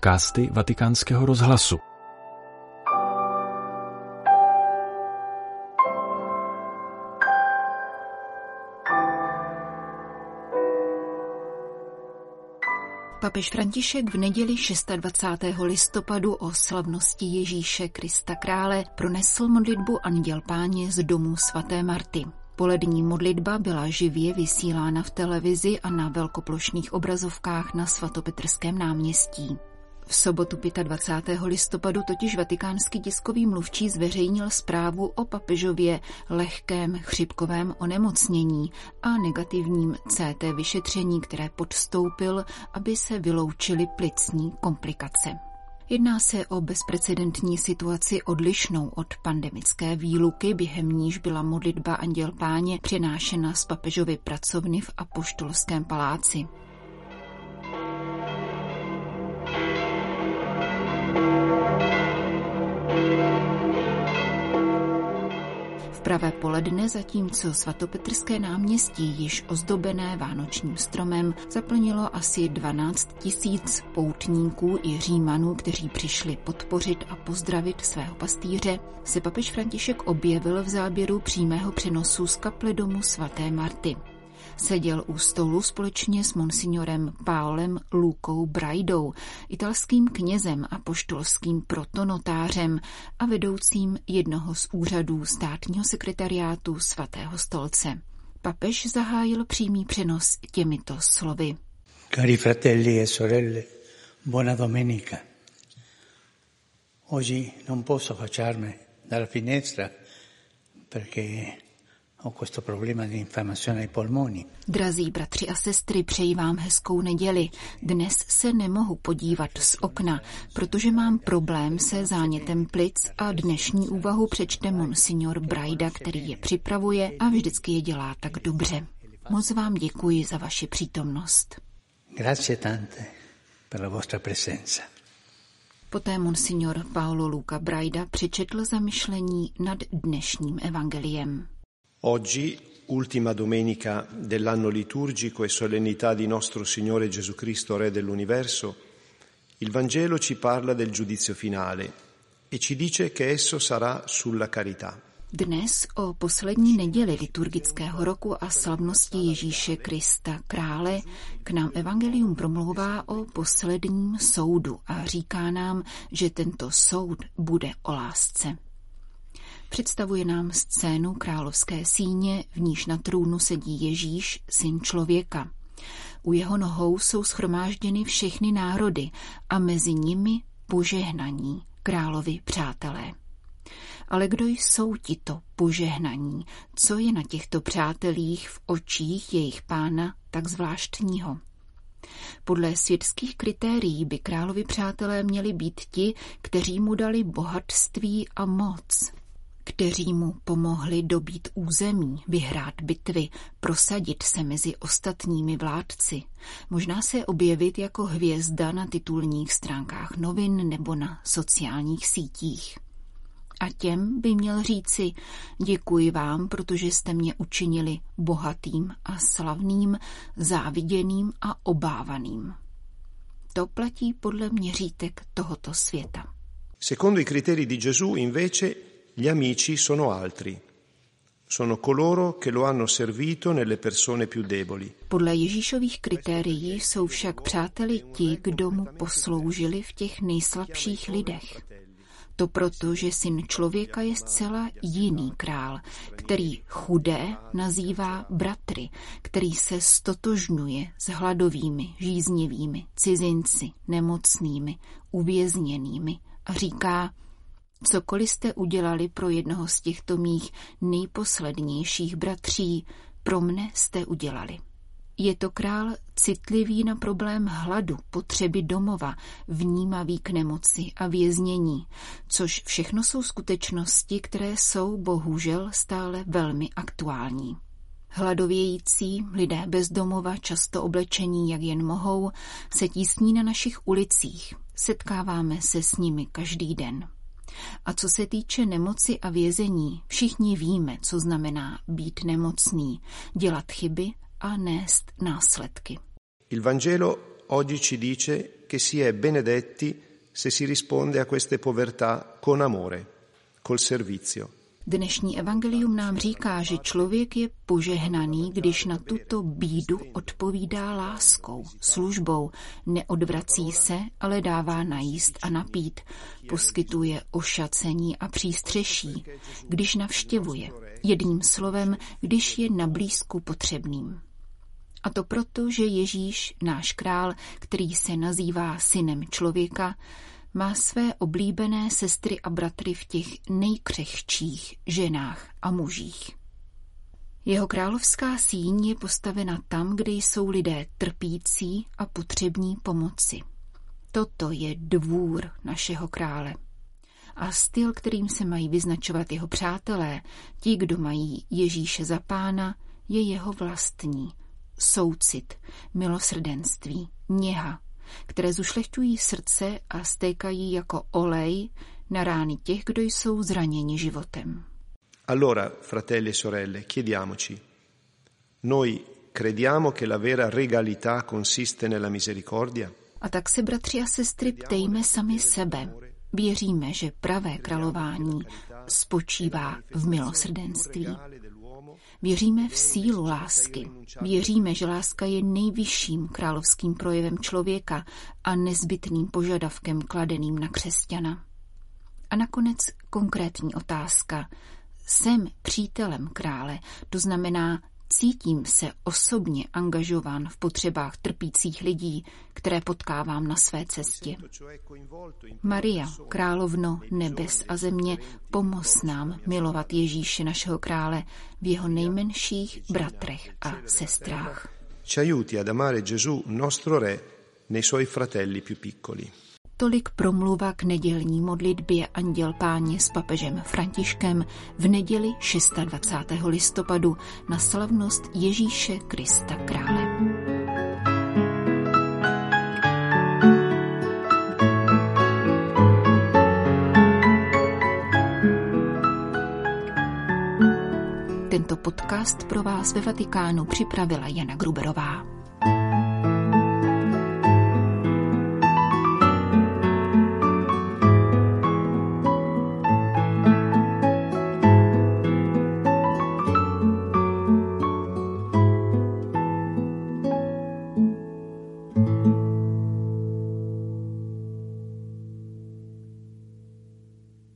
podcasty Vatikánského rozhlasu. Papež František v neděli 26. listopadu o slavnosti Ježíše Krista Krále pronesl modlitbu Anděl Páně z domu svaté Marty. Polední modlitba byla živě vysílána v televizi a na velkoplošných obrazovkách na svatopetrském náměstí. V sobotu 25. listopadu totiž vatikánský tiskový mluvčí zveřejnil zprávu o papežově lehkém chřipkovém onemocnění a negativním CT vyšetření, které podstoupil, aby se vyloučily plicní komplikace. Jedná se o bezprecedentní situaci odlišnou od pandemické výluky, během níž byla modlitba Anděl Páně přenášena z papežovy pracovny v Apoštolském paláci. V pravé poledne, zatímco svatopetrské náměstí, již ozdobené vánočním stromem, zaplnilo asi 12 000 poutníků i Římanů, kteří přišli podpořit a pozdravit svého pastýře, se papež František objevil v záběru přímého přenosu z kaple domu svaté Marty. Seděl u stolu společně s monsignorem Paolem Lucou Braidou, italským knězem a apoštolským protonotářem a vedoucím jednoho z úřadů státního sekretariátu Svatého stolce. Papež zahájil přímý přenos těmito slovy. Cari fratelli e sorelle, buona domenica. Oggi non posso affacciarmi dalla finestra perché ho questo problema di infiammazione ai polmoni. Drazí bratři a sestry, přeji vám hezkou neděli. Dnes se nemohu podívat z okna, protože mám problém se zánětem plic a dnešní úvahu přečte monsignor Braida, který je připravuje a vždycky je dělá tak dobře. Moc vám děkuji za vaši přítomnost. Grazie tante per la vostra presenza. Poté monsignor Paolo Luca Braida přečetl zamyšlení nad dnešním evangeliem. Oggi, ultima domenica dell'anno liturgico e solennità di nostro Signore Gesù Cristo, Re dell'universo, il Vangelo ci parla del giudizio finale e ci dice che esso sarà sulla carità. Dnes o poslední neděli liturgického roku a slavnosti Ježíše Krista Krále k nám evangelium promlouvá o posledním soudu a říká nám, že tento soud bude o lásce. Představuje nám scénu královské síně, v níž na trůnu sedí Ježíš, syn člověka. U jeho nohou jsou shromážděny všechny národy a mezi nimi požehnaní, královi přátelé. Ale kdo jsou tito požehnaní? Co je na těchto přátelích v očích jejich pána tak zvláštního? Podle světských kritérií by královi přátelé měli být ti, kteří mu dali bohatství a moc, kteří mu pomohli dobít území, vyhrát bitvy, prosadit se mezi ostatními vládci, možná se objevit jako hvězda na titulních stránkách novin nebo na sociálních sítích. A těm by měl říci: děkuji vám, protože jste mě učinili bohatým a slavným, záviděným a obávaným. To platí podle měřítek tohoto světa. Secondo i criteri di Gesù, invece, gli amici sono altri. Sono coloro che lo hanno servito nelle persone più deboli. Podle Ježíšových kritérií jsou však přáteli ti, kdo mu posloužili v těch nejslabších lidech. To proto, že syn člověka je zcela jiný král, který chudé nazývá bratry, který se stotožňuje s hladovými, žíznivými, cizinci, nemocnými, uvězněnými a říká: cokoliv jste udělali pro jednoho z těchto mých nejposlednějších bratří, pro mne jste udělali. Je to král citlivý na problém hladu, potřeby domova, vnímavý k nemoci a věznění, což všechno jsou skutečnosti, které jsou bohužel stále velmi aktuální. Hladovějící, lidé bez domova, často oblečení, jak jen mohou, se tísní na našich ulicích. Setkáváme se s nimi každý den. A co se týče nemoci a vězení, všichni víme, co znamená být nemocný, dělat chyby a nést následky. Il Vangelo oggi ci dice che si è benedetti se si risponde a queste povertà con amore, col servizio. Dnešní evangelium nám říká, že člověk je požehnaný, když na tuto bídu odpovídá láskou, službou, neodvrací se, ale dává najíst a napít, poskytuje ošacení a přístřeší, když navštěvuje, jedním slovem, když je na blízku potřebným. A to proto, že Ježíš, náš král, který se nazývá synem člověka, má své oblíbené sestry a bratry v těch nejkřehčích ženách a mužích. Jeho královská síň je postavena tam, kde jsou lidé trpící a potřební pomoci. Toto je dvůr našeho krále. A styl, kterým se mají vyznačovat jeho přátelé, ti, kdo mají Ježíše za pána, je jeho vlastní. Soucit, milosrdenství, něha, které zušlechťují srdce a stékají jako olej na rány těch, kdo jsou zraněni životem. Allora, fratelli e sorelle, chiediamoci, noi crediamo che la vera regalità consiste nella misericordia? A tak se, bratři a sestry, ptejme sami sebe. Věříme, že pravé králování spočívá v milosrdenství. Věříme v sílu lásky. Věříme, že láska je nejvyšším královským projevem člověka a nezbytným požadavkem kladeným na křesťana. A nakonec konkrétní otázka. Jsem přítelem krále, to znamená, cítím se osobně angažován v potřebách trpících lidí, které potkávám na své cestě. Maria, královno nebes a země, pomoz nám milovat Ježíše našeho krále v jeho nejmenších bratrech a sestrách. Ci aiuti ad amare Gesù, nostro re, nei suoi fratelli più piccoli. Tolik promluva k nedělní modlitbě Anděl Páně s papežem Františkem v neděli 26. listopadu na slavnost Ježíše Krista krále. Tento podcast pro vás ve Vatikánu připravila Jana Gruberová.